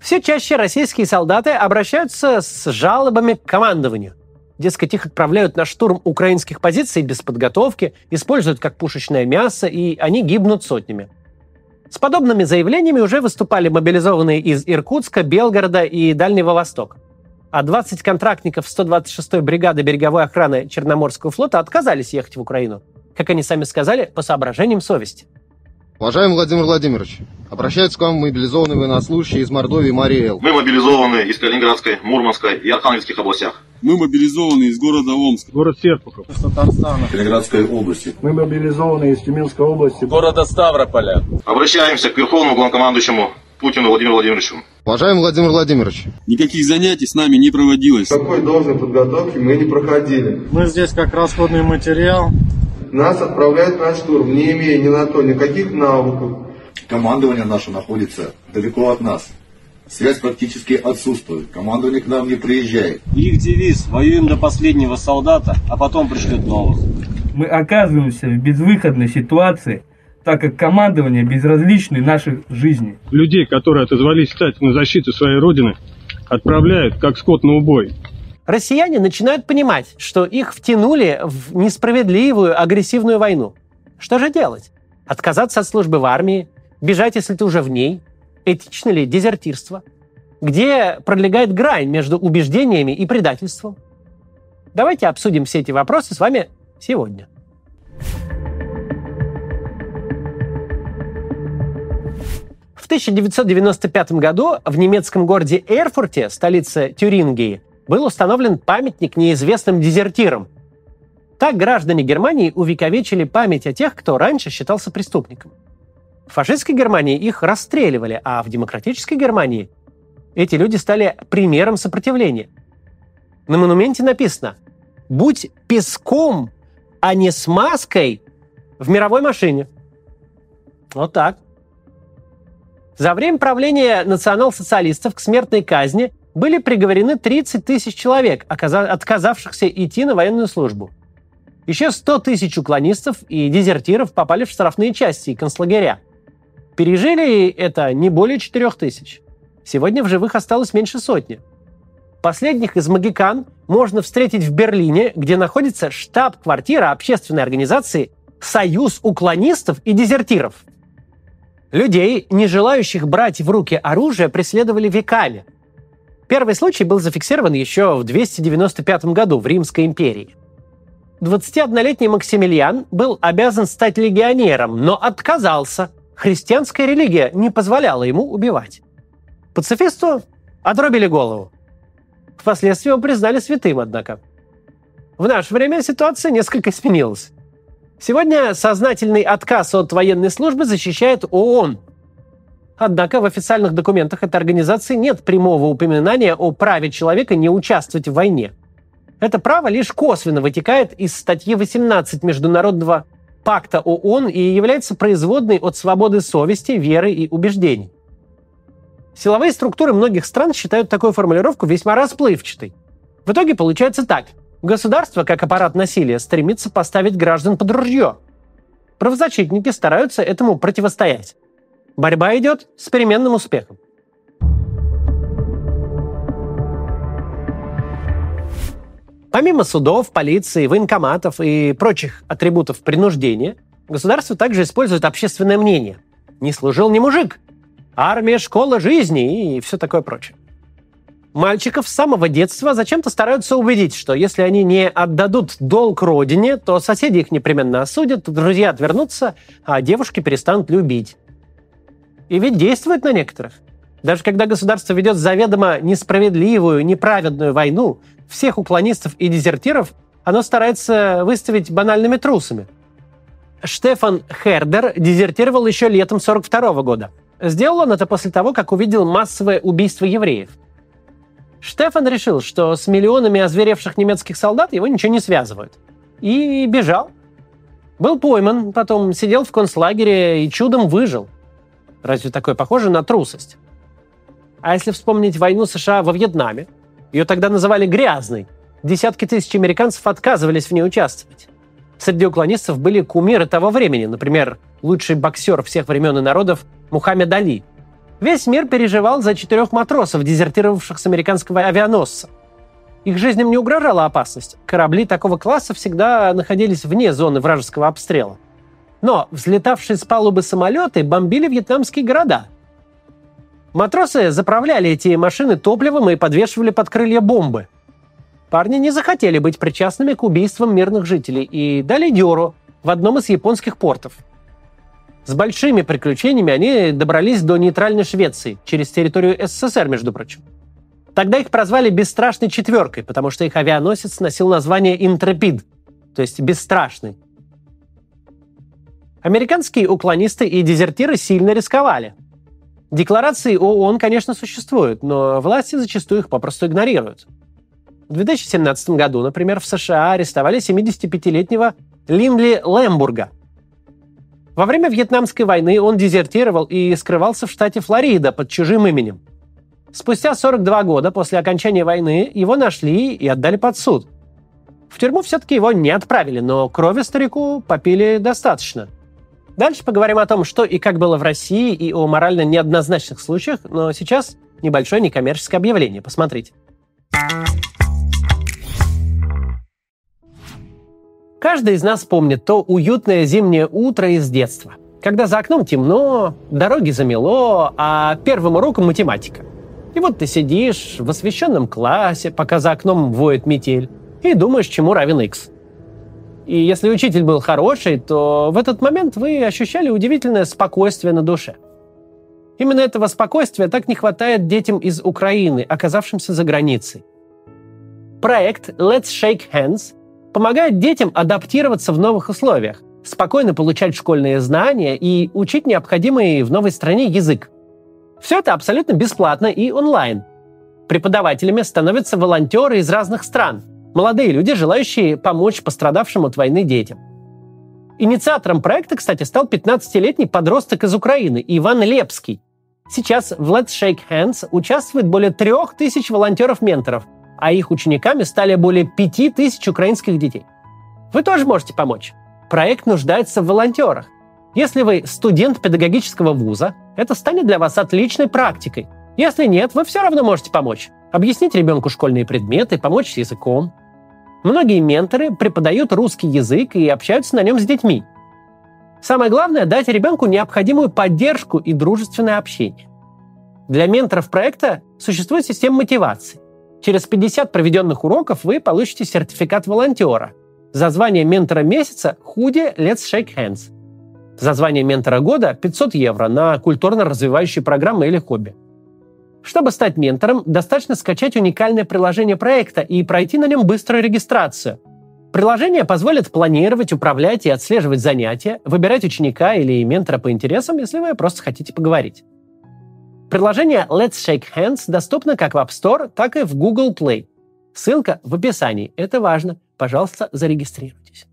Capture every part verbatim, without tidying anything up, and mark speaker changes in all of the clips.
Speaker 1: Все чаще российские солдаты обращаются с жалобами к командованию. Дескать, их отправляют на штурм украинских позиций без подготовки, используют как пушечное мясо, и они гибнут сотнями. С подобными заявлениями уже выступали мобилизованные из Иркутска, Белгорода и Дальнего Востока. А двадцать контрактников сто двадцать шестой бригады береговой охраны Черноморского флота отказались ехать в Украину, как они сами сказали, по соображениям совести.
Speaker 2: Уважаемый Владимир Владимирович, обращаются к вам мобилизованные военнослужащие из Мордовии и Марии Эл.
Speaker 3: Мы мобилизованы из Калининградской, Мурманской и Архангельских областях.
Speaker 4: Мы мобилизованы из города Омска,
Speaker 5: город Серпухов,
Speaker 6: из Татарстана,
Speaker 7: Калининградской области.
Speaker 8: Мы мобилизованы из Тюменской области,
Speaker 9: города Ставрополя.
Speaker 3: Обращаемся к Верховному главнокомандующему Путину Владимиру Владимировичу.
Speaker 2: Уважаемый Владимир Владимирович,
Speaker 4: никаких занятий с нами не проводилось.
Speaker 10: Такой должной подготовки мы не проходили.
Speaker 6: Мы здесь как расходный материал.
Speaker 10: Нас отправляют на штурм, не имея ни на то никаких навыков.
Speaker 7: Командование наше находится далеко от нас. Связь практически отсутствует. Командование к нам не приезжает.
Speaker 9: Их девиз: воюем до последнего солдата, а потом пришлют новых.
Speaker 5: Мы оказываемся в безвыходной ситуации, так как командование безразличны нашей жизни.
Speaker 11: Людей, которые отозвались стать на защиту своей родины, отправляют как скот на убой.
Speaker 1: Россияне начинают понимать, что их втянули в несправедливую агрессивную войну. Что же делать? Отказаться от службы в армии? Бежать, если ты уже в ней? Этично ли дезертирство? Где пролегает грань между убеждениями и предательством? Давайте обсудим все эти вопросы с вами сегодня. В тысяча девятьсот девяносто пятом году в немецком городе Эрфурте, столице Тюрингии, был установлен памятник неизвестным дезертирам. Так граждане Германии увековечили память о тех, кто раньше считался преступником. В фашистской Германии их расстреливали, а в демократической Германии эти люди стали примером сопротивления. На монументе написано: «Будь песком, а не смазкой в мировой машине». Вот так. За время правления национал-социалистов к смертной казни были приговорены тридцать тысяч человек, отказавшихся идти на военную службу. Еще сто тысяч уклонистов и дезертиров попали в штрафные части и концлагеря. Пережили это не более четырех тысяч. Сегодня в живых осталось меньше сотни. Последних из могикан можно встретить в Берлине, где находится штаб-квартира общественной организации «Союз уклонистов и дезертиров». Людей, не желающих брать в руки оружие, преследовали веками. Первый случай был зафиксирован еще в двести девяносто пятом году в Римской империи. двадцатиоднолетний Максимилиан был обязан стать легионером, но отказался. Христианская религия не позволяла ему убивать. Пацифисту отрубили голову. Впоследствии его признали святым, однако. В наше время ситуация несколько изменилась. Сегодня сознательный отказ от военной службы защищает ООН. Однако в официальных документах этой организации нет прямого упоминания о праве человека не участвовать в войне. Это право лишь косвенно вытекает из статьи восемнадцать Международного пакта ООН и является производной от свободы совести, веры и убеждений. Силовые структуры многих стран считают такую формулировку весьма расплывчатой. В итоге получается так. Государство, как аппарат насилия, стремится поставить граждан под ружье. Правозащитники стараются этому противостоять. Борьба идет с переменным успехом. Помимо судов, полиции, военкоматов и прочих атрибутов принуждения, государство также использует общественное мнение. Не служил ни мужик. Армия, школа жизни и все такое прочее. Мальчиков с самого детства зачем-то стараются убедить, что если они не отдадут долг родине, то соседи их непременно осудят, друзья отвернутся, а девушки перестанут любить. И ведь действует на некоторых. Даже когда государство ведет заведомо несправедливую, неправедную войну, всех уклонистов и дезертиров оно старается выставить банальными трусами. Штефан Хердер дезертировал еще летом сорок второго года. Сделал он это после того, как увидел массовое убийство евреев. Штефан решил, что с миллионами озверевших немецких солдат его ничего не связывает. И бежал. Был пойман, потом сидел в концлагере и чудом выжил. Разве такое похоже на трусость? А если вспомнить войну США во Вьетнаме, ее тогда называли «грязной». Десятки тысяч американцев отказывались в ней участвовать. Среди уклонистов были кумиры того времени, например, лучший боксер всех времен и народов Мухаммед Али. Весь мир переживал за четырех матросов, дезертировавших с американского авианосца. Их жизням не угрожала опасность. Корабли такого класса всегда находились вне зоны вражеского обстрела. Но взлетавшие с палубы самолеты бомбили вьетнамские города. Матросы заправляли эти машины топливом и подвешивали под крылья бомбы. Парни не захотели быть причастными к убийствам мирных жителей и дали дёру в одном из японских портов. С большими приключениями они добрались до нейтральной Швеции, через территорию СССР, между прочим. Тогда их прозвали «Бесстрашной четверкой», потому что их авианосец носил название «Интрепид», то есть «бесстрашный». Американские уклонисты и дезертиры сильно рисковали. Декларации ООН, конечно, существуют, но власти зачастую их попросту игнорируют. В две тысячи семнадцатом году, например, в США арестовали семидесятипятилетнего Линдли Лэмбурга. Во время Вьетнамской войны он дезертировал и скрывался в штате Флорида под чужим именем. Спустя сорок два года после окончания войны его нашли и отдали под суд. В тюрьму все-таки его не отправили, но крови старику попили достаточно. Дальше поговорим о том, что и как было в России, и о морально неоднозначных случаях, но сейчас небольшое некоммерческое объявление. Посмотрите. Каждый из нас помнит то уютное зимнее утро из детства, когда за окном темно, дороги замело, а первым уроком математика. И вот ты сидишь в освещенном классе, пока за окном воет метель, и думаешь, чему равен х. И если учитель был хороший, то в этот момент вы ощущали удивительное спокойствие на душе. Именно этого спокойствия так не хватает детям из Украины, оказавшимся за границей. Проект Let's Shake Hands помогает детям адаптироваться в новых условиях, спокойно получать школьные знания и учить необходимый в новой стране язык. Все это абсолютно бесплатно и онлайн. Преподавателями становятся волонтеры из разных стран, молодые люди, желающие помочь пострадавшим от войны детям. Инициатором проекта, кстати, стал пятнадцатилетний подросток из Украины Иван Лепский. Сейчас в Let's Shake Hands участвует более трех тысяч волонтеров-менторов, а их учениками стали более пяти тысяч украинских детей. Вы тоже можете помочь. Проект нуждается в волонтерах. Если вы студент педагогического вуза, это станет для вас отличной практикой. Если нет, вы все равно можете помочь. Объяснить ребенку школьные предметы, помочь с языком. Многие менторы преподают русский язык и общаются на нем с детьми. Самое главное – дать ребенку необходимую поддержку и дружественное общение. Для менторов проекта существует система мотивации. Через пятьдесят проведенных уроков вы получите сертификат волонтера. За звание ментора месяца худи Let's Shake Hands. За звание ментора года пятьсот евро на культурно-развивающие программы или хобби. Чтобы стать ментором, достаточно скачать уникальное приложение проекта и пройти на нем быструю регистрацию. Приложение позволит планировать, управлять и отслеживать занятия, выбирать ученика или ментора по интересам, если вы просто хотите поговорить. Приложение Let's Shake Hands доступно как в App Store, так и в Google Play. Ссылка в описании. Это важно. Пожалуйста, зарегистрируйтесь.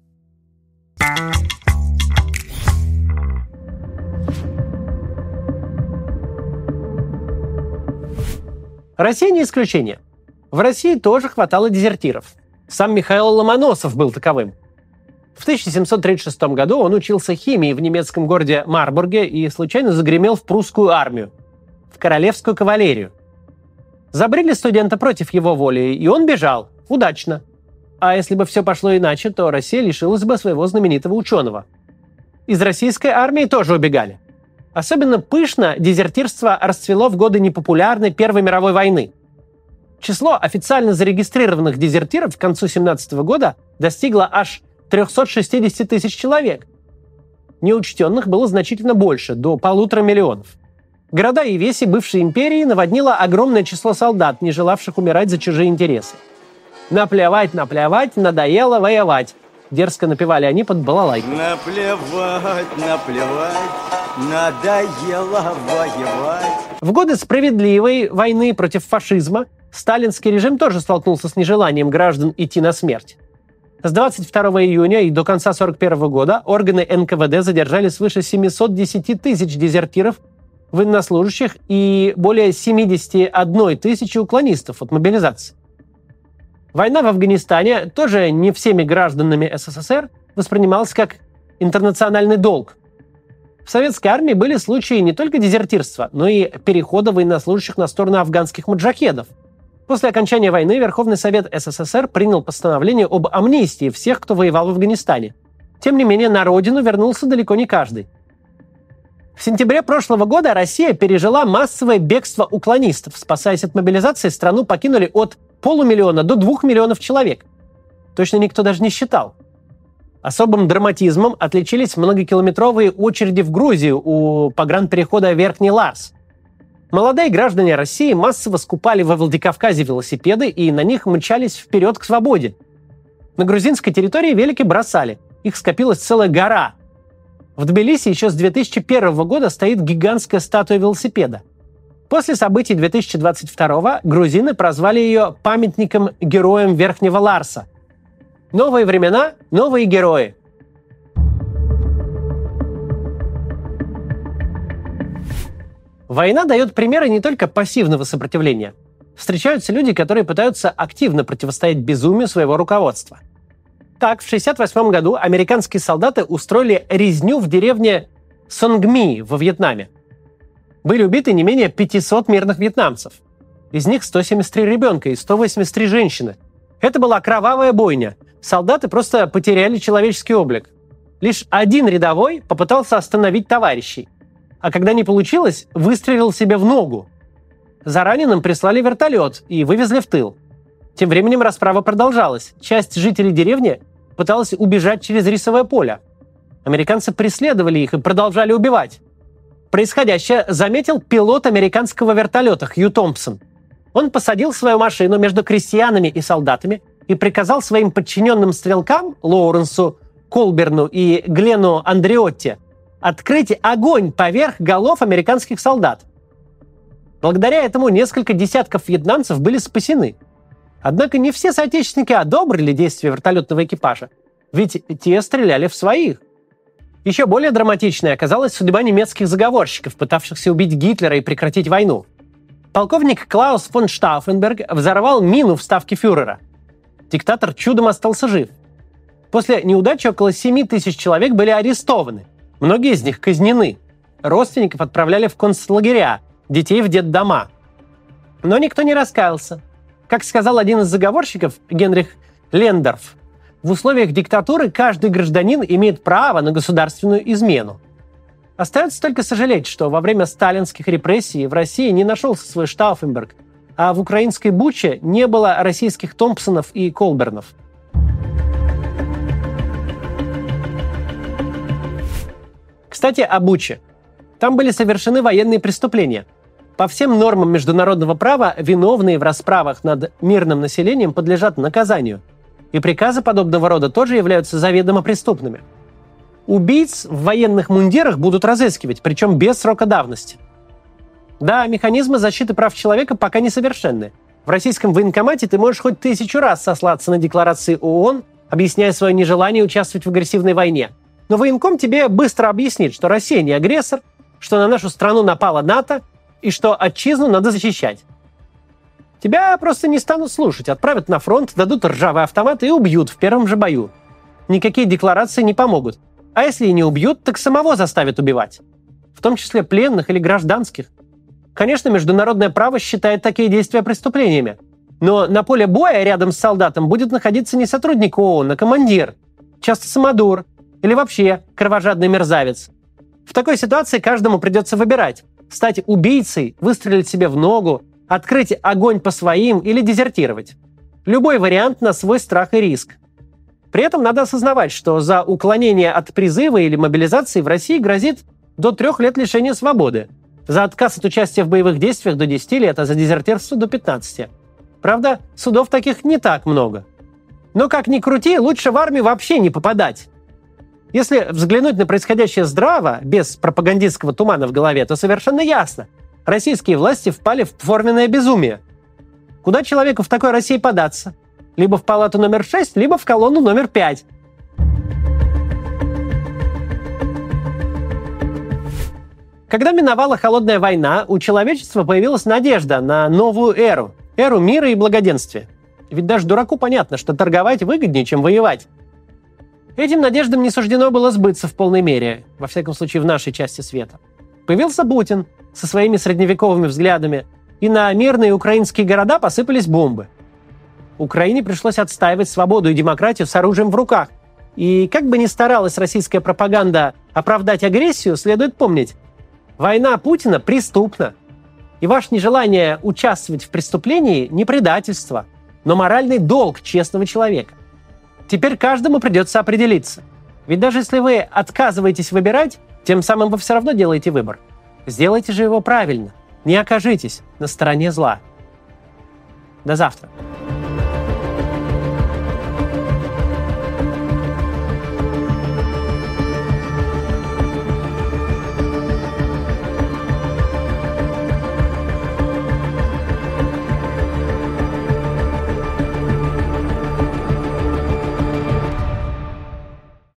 Speaker 1: Россия не исключение. В России тоже хватало дезертиров. Сам Михаил Ломоносов был таковым. В тысяча семьсот тридцать шестом году он учился химии в немецком городе Марбурге и случайно загремел в прусскую армию, в королевскую кавалерию. Забрили студента против его воли, и он бежал. Удачно. А если бы все пошло иначе, то Россия лишилась бы своего знаменитого ученого. Из российской армии тоже убегали. Особенно пышно дезертирство расцвело в годы непопулярной Первой мировой войны. Число официально зарегистрированных дезертиров к концу семнадцатого года достигло аж триста шестьдесят тысяч человек. Неучтенных было значительно больше, до полутора миллионов. Города и веси бывшей империи наводнило огромное число солдат, не желавших умирать за чужие интересы. «Наплевать, наплевать, надоело воевать», — дерзко напевали они под балалайку.
Speaker 12: Наплевать, наплевать, надоело воевать.
Speaker 1: В годы справедливой войны против фашизма сталинский режим тоже столкнулся с нежеланием граждан идти на смерть. С двадцать второго июня и до конца сорок первого года органы эн ка вэ дэ задержали свыше семьсот десять тысяч дезертиров, военнослужащих и более семьдесят одна тысяча уклонистов от мобилизации. Война в Афганистане тоже не всеми гражданами эс эс эс эр воспринималась как интернациональный долг. В советской армии были случаи не только дезертирства, но и перехода военнослужащих на сторону афганских маджахедов. После окончания войны Верховный Совет СССР принял постановление об амнистии всех, кто воевал в Афганистане. Тем не менее, на родину вернулся далеко не каждый. В сентябре прошлого года Россия пережила массовое бегство уклонистов. Спасаясь от мобилизации, страну покинули от полумиллиона до двух миллионов человек. Точно никто даже не считал. Особым драматизмом отличились многокилометровые очереди в Грузию у погранперехода Верхний Ларс. Молодые граждане России массово скупали во Владикавказе велосипеды и на них мчались вперед к свободе. На грузинской территории велики бросали. Их скопилась целая гора. В Тбилиси еще с две тысячи первого года стоит гигантская статуя велосипеда. После событий две тысячи двадцать второго грузины прозвали ее памятником героям Верхнего Ларса. Новые времена, новые герои. Война дает примеры не только пассивного сопротивления. Встречаются люди, которые пытаются активно противостоять безумию своего руководства. Так, в шестьдесят восьмом году американские солдаты устроили резню в деревне Сонгми во Вьетнаме. Были убиты не менее пятьсот мирных вьетнамцев. Из них сто семьдесят три ребенка и сто восемьдесят три женщины. Это была кровавая бойня. Солдаты просто потеряли человеческий облик. Лишь один рядовой попытался остановить товарищей. А когда не получилось, выстрелил себе в ногу. За раненым прислали вертолет и вывезли в тыл. Тем временем расправа продолжалась. Часть жителей деревни пыталась убежать через рисовое поле. Американцы преследовали их и продолжали убивать. Происходящее заметил пилот американского вертолета Хью Томпсон. Он посадил свою машину между крестьянами и солдатами и приказал своим подчиненным стрелкам Лоуренсу Колберну и Глену Андреотти открыть огонь поверх голов американских солдат. Благодаря этому несколько десятков вьетнамцев были спасены. Однако не все соотечественники одобрили действия вертолетного экипажа, ведь те стреляли в своих. Еще более драматичной оказалась судьба немецких заговорщиков, пытавшихся убить Гитлера и прекратить войну. Полковник Клаус фон Штауфенберг взорвал мину в ставке фюрера. Диктатор чудом остался жив. После неудачи около семь тысяч человек были арестованы. Многие из них казнены. Родственников отправляли в концлагеря, детей в детдома. Но никто не раскаялся. Как сказал один из заговорщиков, Генрих Лендорф, в условиях диктатуры каждый гражданин имеет право на государственную измену. Остается только сожалеть, что во время сталинских репрессий в России не нашелся свой Штауфенберг, а в украинской Буче не было российских Томпсонов и Колбернов. Кстати, о Буче. Там были совершены военные преступления. По всем нормам международного права виновные в расправах над мирным населением подлежат наказанию. И приказы подобного рода тоже являются заведомо преступными. Убийц в военных мундирах будут разыскивать, причем без срока давности. Да, механизмы защиты прав человека пока несовершенны. В российском военкомате ты можешь хоть тысячу раз сослаться на декларации ООН, объясняя свое нежелание участвовать в агрессивной войне. Но военком тебе быстро объяснит, что Россия не агрессор, что на нашу страну напала НАТО и что отчизну надо защищать. Тебя просто не станут слушать, отправят на фронт, дадут ржавый автомат и убьют в первом же бою. Никакие декларации не помогут. А если и не убьют, так самого заставят убивать. В том числе пленных или гражданских. Конечно, международное право считает такие действия преступлениями. Но на поле боя рядом с солдатом будет находиться не сотрудник ООН, а командир. Часто самодур. Или вообще кровожадный мерзавец. В такой ситуации каждому придется выбирать. Стать убийцей, выстрелить себе в ногу, открыть огонь по своим или дезертировать. Любой вариант на свой страх и риск. При этом надо осознавать, что за уклонение от призыва или мобилизации в России грозит до трех лет лишения свободы. За отказ от участия в боевых действиях до десяти лет, а за дезертирство до пятнадцати. Правда, судов таких не так много. Но как ни крути, лучше в армию вообще не попадать. Если взглянуть на происходящее здраво, без пропагандистского тумана в голове, то совершенно ясно. Российские власти впали в форменное безумие. Куда человеку в такой России податься? Либо в палату номер шесть, либо в колонну номер пять. Когда миновала холодная война, у человечества появилась надежда на новую эру. Эру мира и благоденствия. Ведь даже дураку понятно, что торговать выгоднее, чем воевать. Этим надеждам не суждено было сбыться в полной мере, во всяком случае в нашей части света. Появился Путин со своими средневековыми взглядами, и на мирные украинские города посыпались бомбы. Украине пришлось отстаивать свободу и демократию с оружием в руках. И как бы ни старалась российская пропаганда оправдать агрессию, следует помнить, война Путина преступна. И ваше нежелание участвовать в преступлении не предательство, но моральный долг честного человека. Теперь каждому придется определиться. Ведь даже если вы отказываетесь выбирать, тем самым вы все равно делаете выбор. Сделайте же его правильно. Не окажитесь на стороне зла. До завтра.